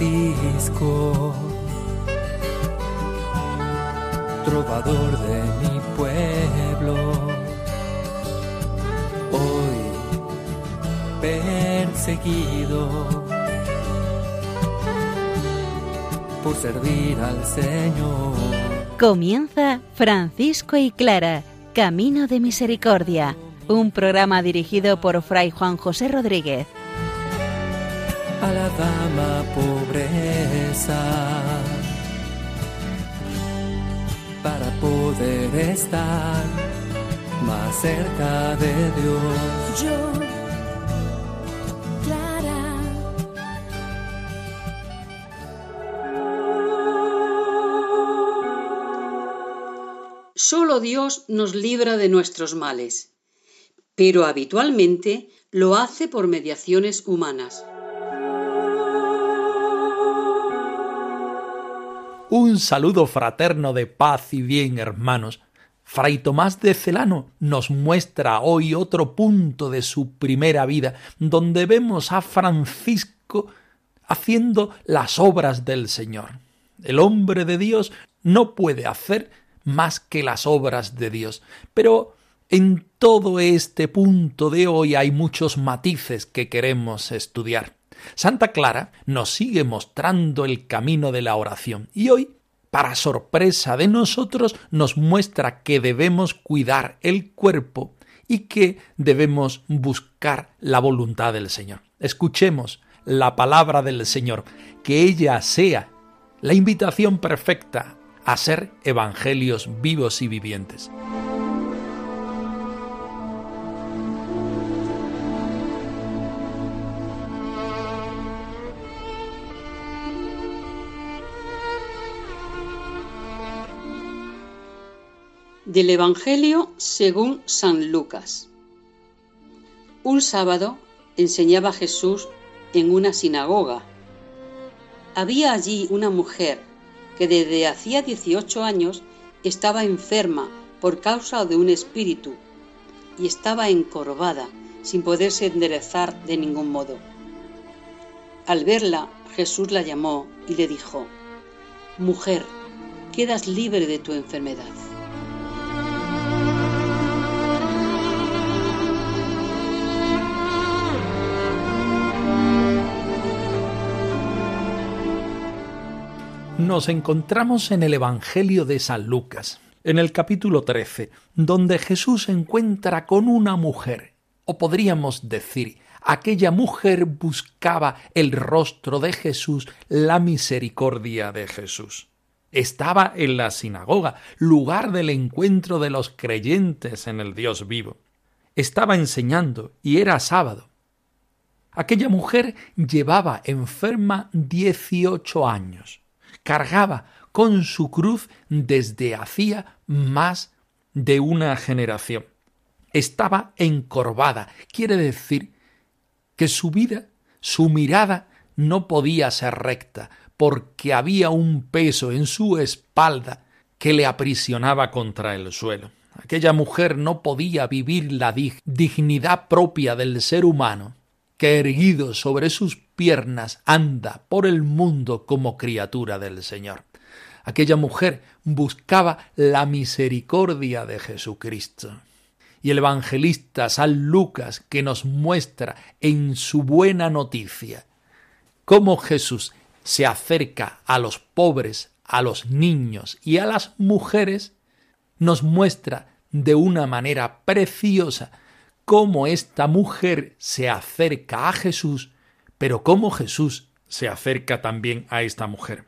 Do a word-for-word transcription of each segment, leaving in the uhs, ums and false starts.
Francisco, trovador de mi pueblo, hoy perseguido por servir al Señor. Comienza Francisco y Clara, Camino de Misericordia, un programa dirigido por Fray Juan José Rodríguez. A la dama pobreza, para poder estar más cerca de Dios. Yo, Clara. Solo Dios nos libra de nuestros males, pero habitualmente lo hace por mediaciones humanas. Un saludo fraterno de paz y bien, hermanos. Fray Tomás de Celano nos muestra hoy otro punto de su primera vida, donde vemos a Francisco haciendo las obras del Señor. El hombre de Dios no puede hacer más que las obras de Dios, pero en todo este punto de hoy hay muchos matices que queremos estudiar. Santa Clara nos sigue mostrando el camino de la oración y hoy, para sorpresa de nosotros, nos muestra que debemos cuidar el cuerpo y que debemos buscar la voluntad del Señor. Escuchemos la palabra del Señor, que ella sea la invitación perfecta a ser evangelios vivos y vivientes. Del Evangelio según San Lucas. Un sábado enseñaba Jesús en una sinagoga. Había allí una mujer que desde hacía dieciocho años estaba enferma por causa de un espíritu y estaba encorvada sin poderse enderezar de ningún modo. Al verla, Jesús la llamó y le dijo: «Mujer, quedas libre de tu enfermedad». Nos encontramos en el Evangelio de San Lucas, en el capítulo trece, donde Jesús se encuentra con una mujer, o podríamos decir, aquella mujer buscaba el rostro de Jesús, la misericordia de Jesús. Estaba en la sinagoga, lugar del encuentro de los creyentes en el Dios vivo. Estaba enseñando y era sábado. Aquella mujer llevaba enferma dieciocho años. Cargaba con su cruz desde hacía más de una generación. Estaba encorvada, quiere decir que su vida, su mirada no podía ser recta, porque había un peso en su espalda que le aprisionaba contra el suelo. Aquella mujer no podía vivir la dig- dignidad propia del ser humano, que erguido sobre sus piernas anda por el mundo como criatura del Señor. Aquella mujer buscaba la misericordia de Jesucristo. Y el evangelista San Lucas, que nos muestra en su buena noticia cómo Jesús se acerca a los pobres, a los niños y a las mujeres, nos muestra de una manera preciosa cómo esta mujer se acerca a Jesús, pero cómo Jesús se acerca también a esta mujer.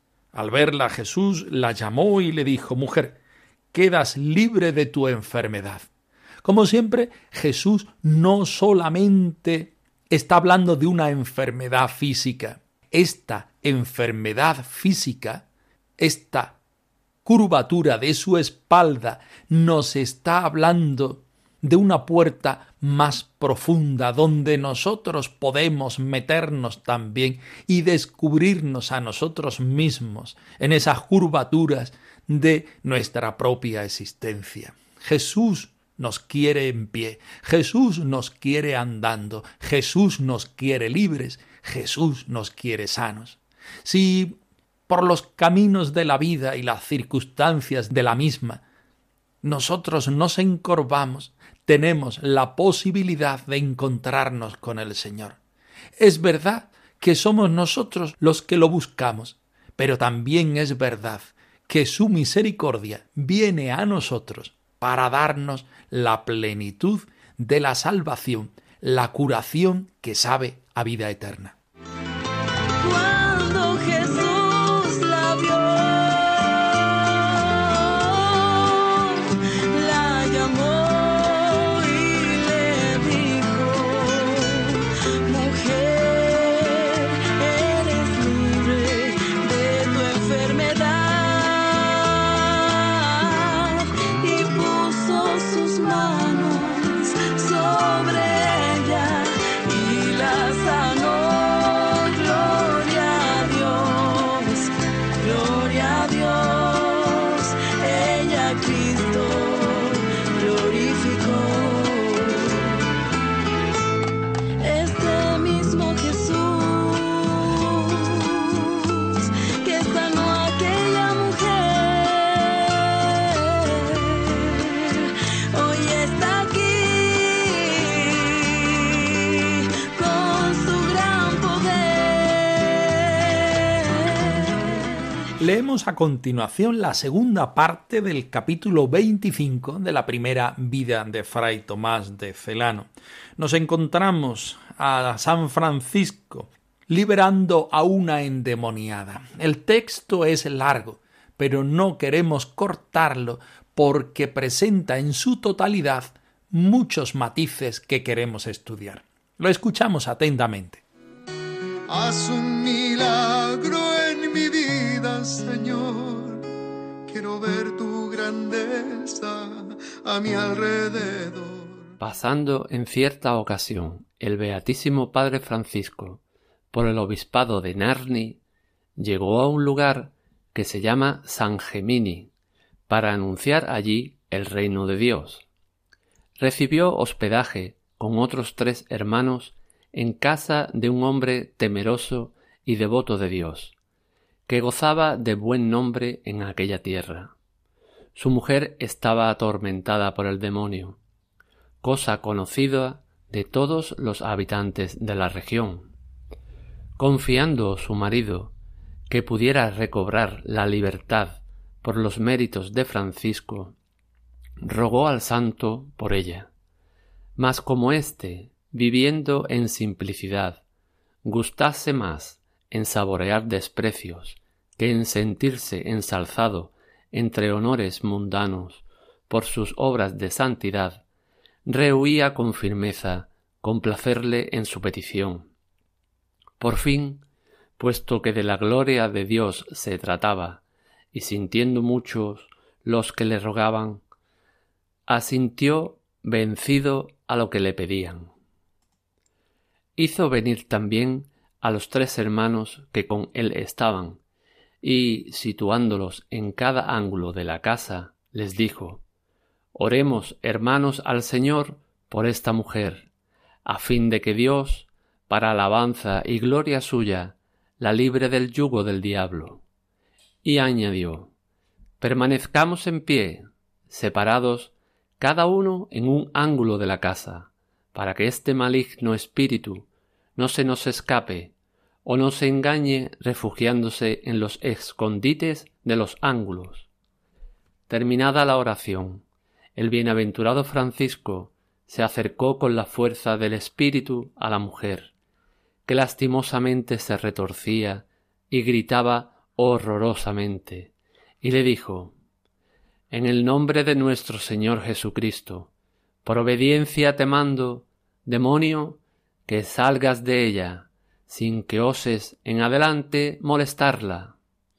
Al verla, Jesús la llamó y le dijo: «Mujer, quedas libre de tu enfermedad». Como siempre, Jesús no solamente está hablando de una enfermedad física. Esta enfermedad física, esta curvatura de su espalda, nos está hablando de una puerta más profunda donde nosotros podemos meternos también y descubrirnos a nosotros mismos en esas curvaturas de nuestra propia existencia. Jesús nos quiere en pie, Jesús nos quiere andando, Jesús nos quiere libres, Jesús nos quiere sanos. Si por los caminos de la vida y las circunstancias de la misma nosotros nos encorvamos, tenemos la posibilidad de encontrarnos con el Señor. Es verdad que somos nosotros los que lo buscamos, pero también es verdad que su misericordia viene a nosotros para darnos la plenitud de la salvación, la curación que sabe a vida eterna. Cuando Jesús la vio, la llamó y le dijo: mujer, eres libre de tu enfermedad, y puso sus manos sobre ella y la sanó. Leemos a continuación la segunda parte del capítulo veinticinco de la primera vida de Fray Tomás de Celano. Nos encontramos a San Francisco liberando a una endemoniada. El texto es largo, pero no queremos cortarlo porque presenta en su totalidad muchos matices que queremos estudiar. Lo escuchamos atentamente. Haz un milagro en mi vida, Señor. Quiero ver tu grandeza a mi alrededor. Pasando en cierta ocasión el Beatísimo Padre Francisco por el obispado de Narni, llegó a un lugar que se llama San Gemini para anunciar allí el reino de Dios. Recibió hospedaje con otros tres hermanos en casa de un hombre temeroso y devoto de Dios, que gozaba de buen nombre en aquella tierra. Su mujer estaba atormentada por el demonio, cosa conocida de todos los habitantes de la región. Confiando su marido que pudiera recobrar la libertad por los méritos de Francisco, rogó al santo por ella. Mas como éste, viviendo en simplicidad, gustase más en saborear desprecios que en sentirse ensalzado entre honores mundanos por sus obras de santidad, rehuía con firmeza complacerle en su petición. Por fin, puesto que de la gloria de Dios se trataba, y sintiendo muchos los que le rogaban, asintió vencido a lo que le pedían. Hizo venir también a los tres hermanos que con él estaban, y, situándolos en cada ángulo de la casa, les dijo: Oremos, hermanos, al Señor por esta mujer, a fin de que Dios, para alabanza y gloria suya, la libre del yugo del diablo. Y añadió: Permanezcamos en pie, separados cada uno en un ángulo de la casa, para que este maligno espíritu no se nos escape o no se engañe refugiándose en los escondites de los ángulos. Terminada la oración, el bienaventurado Francisco se acercó con la fuerza del espíritu a la mujer, que lastimosamente se retorcía y gritaba horrorosamente, y le dijo: En el nombre de nuestro Señor Jesucristo, por obediencia te mando, demonio, que salgas de ella, sin que oses en adelante molestarla.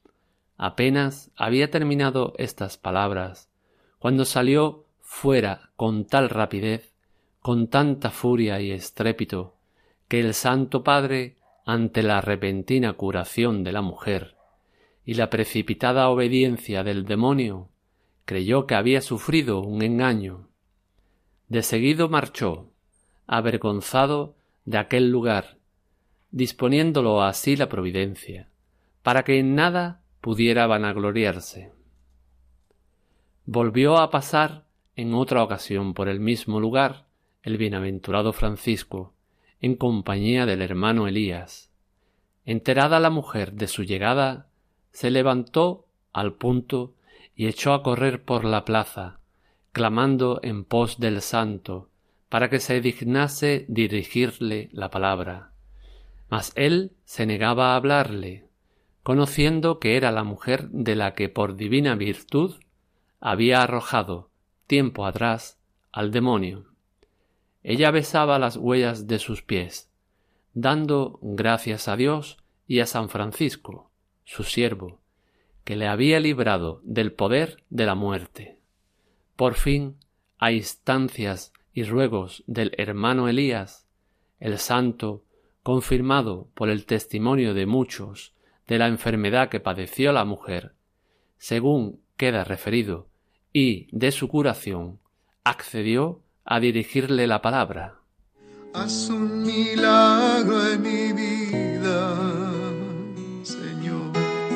Apenas había terminado estas palabras, cuando salió fuera con tal rapidez, con tanta furia y estrépito, que el Santo Padre, ante la repentina curación de la mujer y la precipitada obediencia del demonio, creyó que había sufrido un engaño. De seguido marchó, avergonzado de aquel lugar, disponiéndolo así la providencia, para que en nada pudiera vanagloriarse. Volvió a pasar en otra ocasión por el mismo lugar el bienaventurado Francisco, en compañía del hermano Elías. Enterada la mujer de su llegada, se levantó al punto y echó a correr por la plaza, clamando en pos del santo, para que se dignase dirigirle la palabra. Mas él se negaba a hablarle, conociendo que era la mujer de la que por divina virtud había arrojado tiempo atrás al demonio. Ella besaba las huellas de sus pies, dando gracias a Dios y a San Francisco, su siervo, que le había librado del poder de la muerte. Por fin, a instancias y ruegos del hermano Elías, el santo, confirmado por el testimonio de muchos de la enfermedad que padeció la mujer, según queda referido, y de su curación, accedió a dirigirle la palabra. Haz un milagro en mi vida, Señor.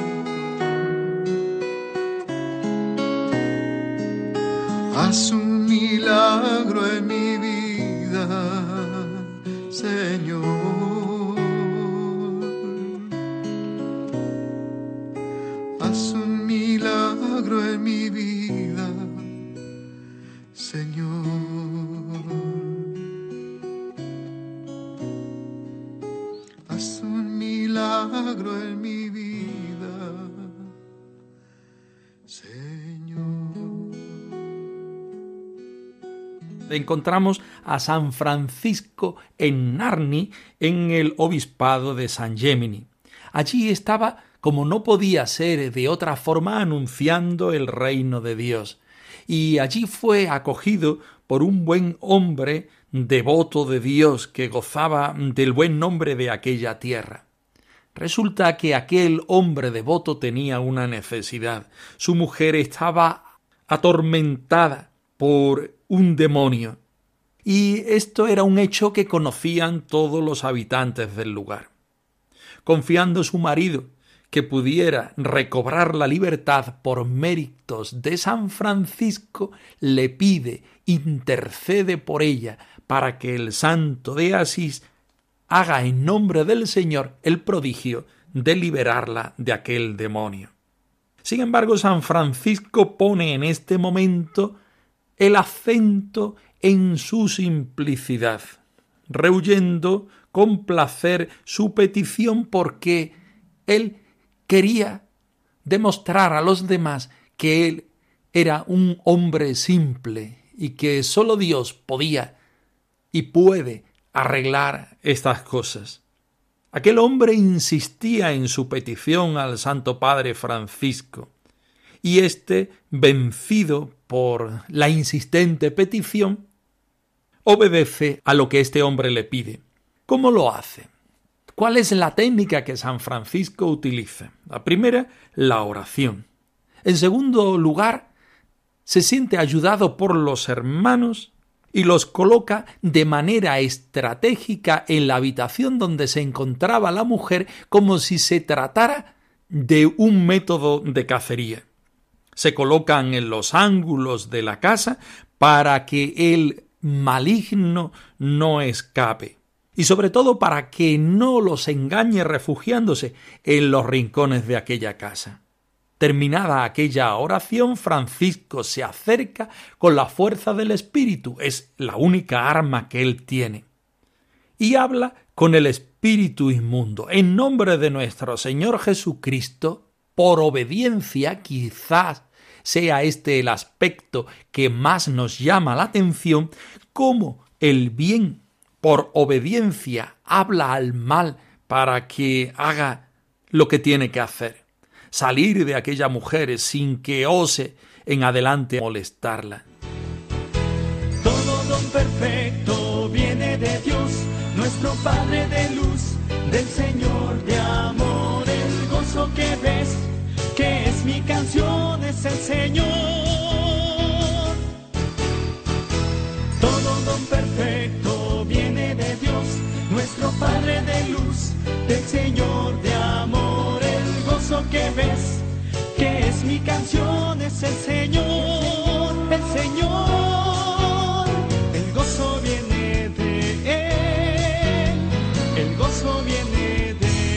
Haz un milagro en mi vida, Señor. Haz un milagro en mi vida, Señor. Haz un milagro en mi vida, Señor. Encontramos a San Francisco en Narni, en el obispado de San Gemini. Allí estaba, como no podía ser de otra forma, anunciando el reino de Dios. Y allí fue acogido por un buen hombre devoto de Dios que gozaba del buen nombre de aquella tierra. Resulta que aquel hombre devoto tenía una necesidad. Su mujer estaba atormentada por un demonio. Y esto era un hecho que conocían todos los habitantes del lugar. Confiando su marido que pudiera recobrar la libertad por méritos de San Francisco, le pide, intercede por ella, para que el santo de Asís haga en nombre del Señor el prodigio de liberarla de aquel demonio. Sin embargo, San Francisco pone en este momento el acento en su simplicidad, rehuyendo con placer su petición porque él quería demostrar a los demás que él era un hombre simple y que sólo Dios podía y puede arreglar estas cosas. Aquel hombre insistía en su petición al Santo Padre Francisco, y éste, vencido por la insistente petición, obedece a lo que este hombre le pide. ¿Cómo lo hace? ¿Cuál es la técnica que San Francisco utiliza? La primera, la oración. En segundo lugar, se siente ayudado por los hermanos y los coloca de manera estratégica en la habitación donde se encontraba la mujer, como si se tratara de un método de cacería. Se colocan en los ángulos de la casa para que el maligno no escape. Y sobre todo para que no los engañe refugiándose en los rincones de aquella casa. Terminada aquella oración, Francisco se acerca con la fuerza del Espíritu, es la única arma que él tiene, y habla con el espíritu inmundo. En nombre de nuestro Señor Jesucristo, por obediencia, quizás sea este el aspecto que más nos llama la atención, como el bien por obediencia habla al mal para que haga lo que tiene que hacer. Salir de aquella mujer sin que ose en adelante molestarla. Todo don perfecto viene de Dios, nuestro Padre de luz, del Señor de amor. El gozo que ves, que es mi canción, es el Señor. Todo don perfecto viene de Dios, nuestro Padre de luz, del Señor de amor. El gozo es mi canción, es el Señor, el Señor. El gozo viene de Él, el gozo viene de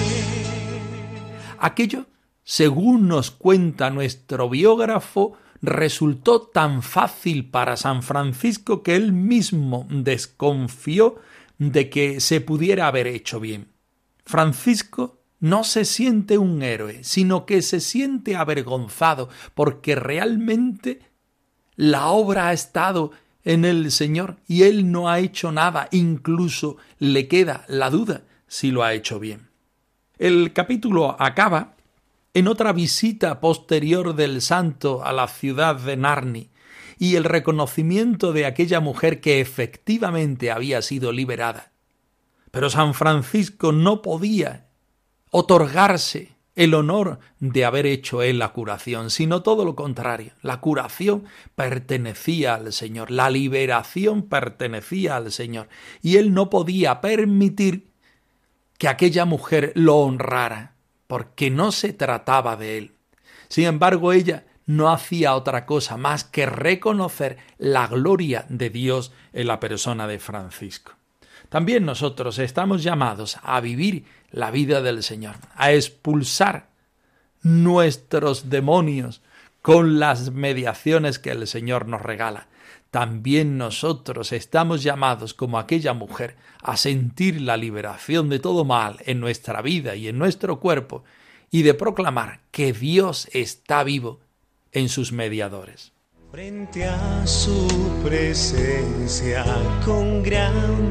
Él. Aquello, según nos cuenta nuestro biógrafo, resultó tan fácil para San Francisco que él mismo desconfió de que se pudiera haber hecho bien. Francisco no se siente un héroe, sino que se siente avergonzado, porque realmente la obra ha estado en el Señor y él no ha hecho nada, incluso le queda la duda si lo ha hecho bien. El capítulo acaba en otra visita posterior del santo a la ciudad de Narni y el reconocimiento de aquella mujer que efectivamente había sido liberada. Pero San Francisco no podía otorgarse el honor de haber hecho él la curación, sino todo lo contrario. La curación pertenecía al Señor, la liberación pertenecía al Señor, y él no podía permitir que aquella mujer lo honrara, porque no se trataba de él. Sin embargo, ella no hacía otra cosa más que reconocer la gloria de Dios en la persona de Francisco. También nosotros estamos llamados a vivir la vida del Señor, a expulsar nuestros demonios con las mediaciones que el Señor nos regala. También nosotros estamos llamados, como aquella mujer, a sentir la liberación de todo mal en nuestra vida y en nuestro cuerpo y de proclamar que Dios está vivo en sus mediadores. Frente a su presencia con gran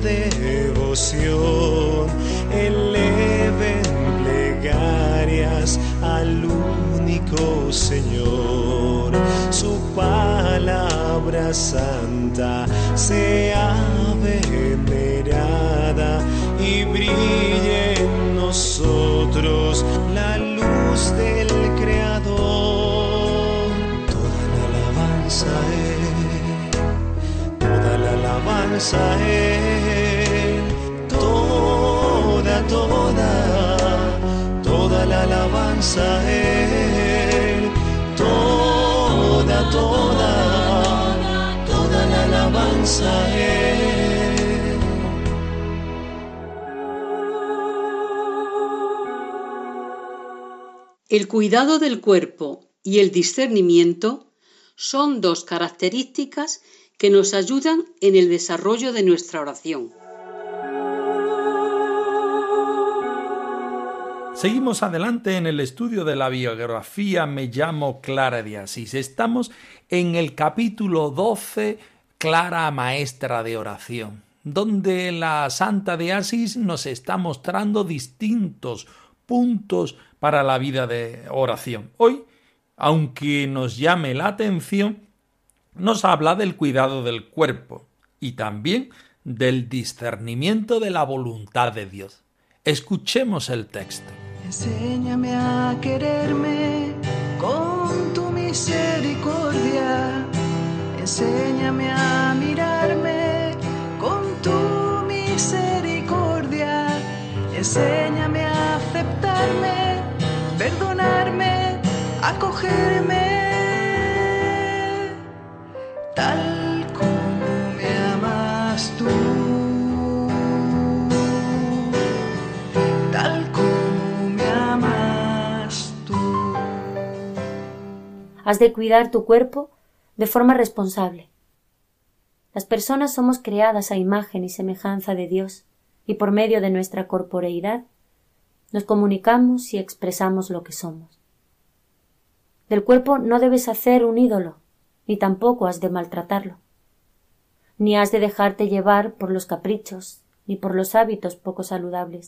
devoción, eleven plegarias al único Señor. Su palabra santa sea venerada y brille en nosotros la luz del Creador. Toda la alabanza a Él, toda la alabanza a Él, toda, toda, toda la alabanza a Él, toda, toda, toda la alabanza a Él. El cuidado del cuerpo y el discernimiento son dos características que nos ayudan en el desarrollo de nuestra oración. Seguimos adelante en el estudio de la biografía Me llamo Clara de Asís. Estamos en el capítulo doce, Clara Maestra de Oración, donde la Santa de Asís nos está mostrando distintos puntos para la vida de oración. Hoy, aunque nos llame la atención, nos habla del cuidado del cuerpo y también del discernimiento de la voluntad de Dios. Escuchemos el texto. Enséñame a quererme con tu misericordia. Enséñame a mirarme con tu misericordia. Enséñame a aceptarme, perdonarme, acogerme, tal como me amas tú, tal como me amas tú. Has de cuidar tu cuerpo de forma responsable. Las personas somos creadas a imagen y semejanza de Dios, y por medio de nuestra corporeidad nos comunicamos y expresamos lo que somos. Del cuerpo no debes hacer un ídolo, ni tampoco has de maltratarlo. Ni has de dejarte llevar por los caprichos, ni por los hábitos poco saludables.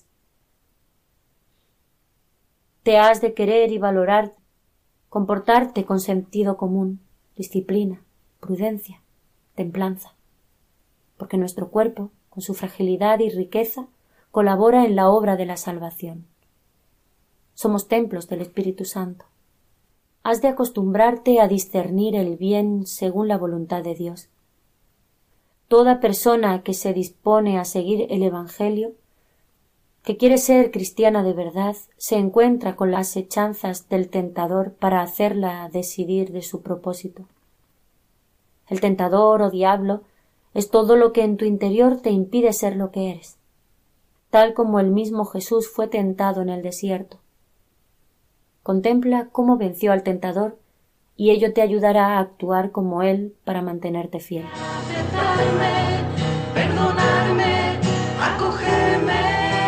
Te has de querer y valorar, comportarte con sentido común, disciplina, prudencia, templanza, porque nuestro cuerpo, con su fragilidad y riqueza, colabora en la obra de la salvación. Somos templos del Espíritu Santo. Has de acostumbrarte a discernir el bien según la voluntad de Dios. Toda persona que se dispone a seguir el Evangelio que quiere ser cristiana de verdad se encuentra con las acechanzas del tentador para hacerla decidir de su propósito. El tentador o diablo es todo lo que en tu interior te impide ser lo que eres, tal como el mismo Jesús fue tentado en el desierto. Contempla cómo venció al tentador y ello te ayudará a actuar como él para mantenerte fiel. Aceptarme, perdonarme, acogerme,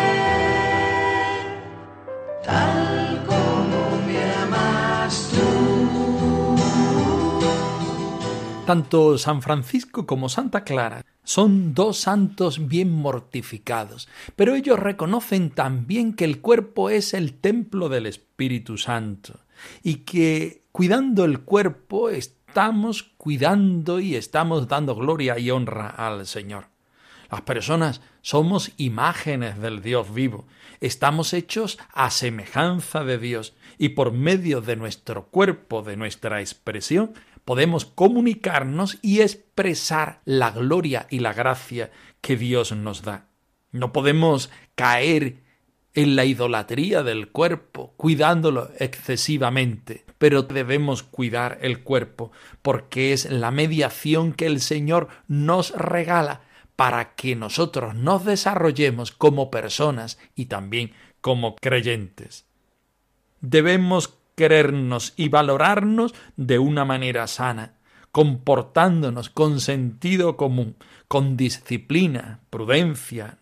tal como me amas tú. Tanto San Francisco como Santa Clara son dos santos bien mortificados, pero ellos reconocen también que el cuerpo es el templo del Espíritu Santo y que cuidando el cuerpo estamos cuidando y estamos dando gloria y honra al Señor. Las personas somos imágenes del Dios vivo, estamos hechos a semejanza de Dios y por medio de nuestro cuerpo, de nuestra expresión, podemos comunicarnos y expresar la gloria y la gracia que Dios nos da. No podemos caer en la idolatría del cuerpo, cuidándolo excesivamente, pero debemos cuidar el cuerpo porque es la mediación que el Señor nos regala para que nosotros nos desarrollemos como personas y también como creyentes. Debemos querernos y valorarnos de una manera sana, comportándonos con sentido común, con disciplina, prudencia,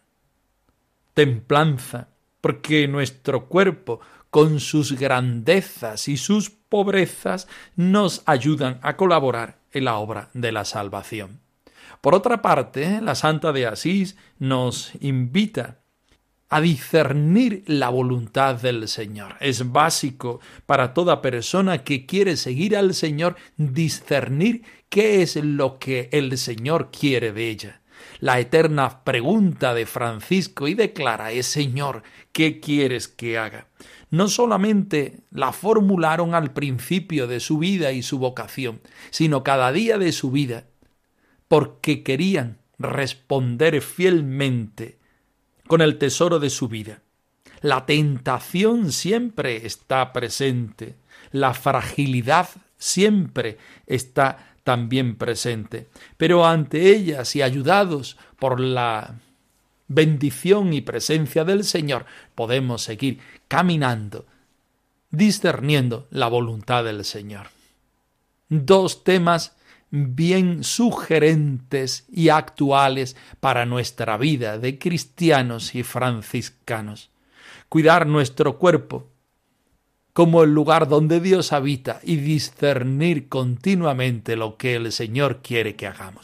templanza, porque nuestro cuerpo, con sus grandezas y sus pobrezas, nos ayudan a colaborar en la obra de la salvación. Por otra parte, la Santa de Asís nos invita a discernir la voluntad del Señor. Es básico para toda persona que quiere seguir al Señor discernir qué es lo que el Señor quiere de ella. La eterna pregunta de Francisco y de Clara es: Señor, ¿qué quieres que haga? No solamente la formularon al principio de su vida y su vocación, sino cada día de su vida, porque querían responder fielmente con el tesoro de su vida. La tentación siempre está presente, la fragilidad siempre está también presente, pero ante ellas y ayudados por la bendición y presencia del Señor, podemos seguir caminando, discerniendo la voluntad del Señor. Dos temas bien sugerentes y actuales para nuestra vida de cristianos y franciscanos. Cuidar nuestro cuerpo como el lugar donde Dios habita y discernir continuamente lo que el Señor quiere que hagamos.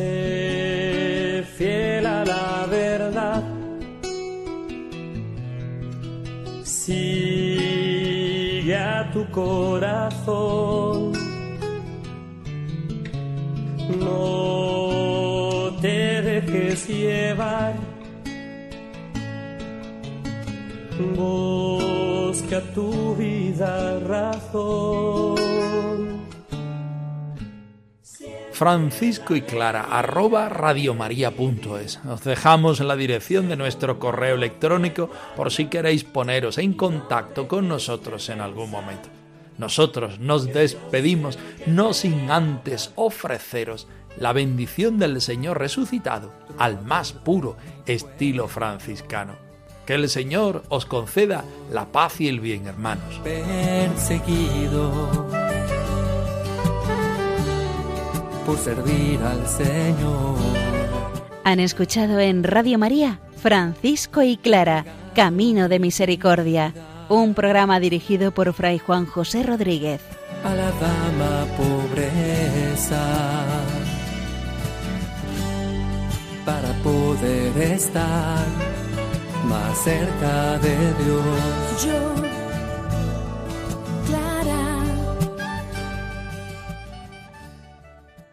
Sé fiel a la verdad, sigue a tu corazón, no te dejes llevar, busca tu vida razón. Francisco y Clara, arroba radiomaria punto es. Os dejamos en la dirección de nuestro correo electrónico por si queréis poneros en contacto con nosotros en algún momento. Nosotros nos despedimos, no sin antes ofreceros la bendición del Señor resucitado al más puro estilo franciscano. Que el Señor os conceda la paz y el bien, hermanos. Perseguido por servir al Señor. Han escuchado en Radio María Francisco y Clara, Camino de Misericordia, un programa dirigido por Fray Juan José Rodríguez. A la dama pobreza, para poder estar más cerca de Dios. Yo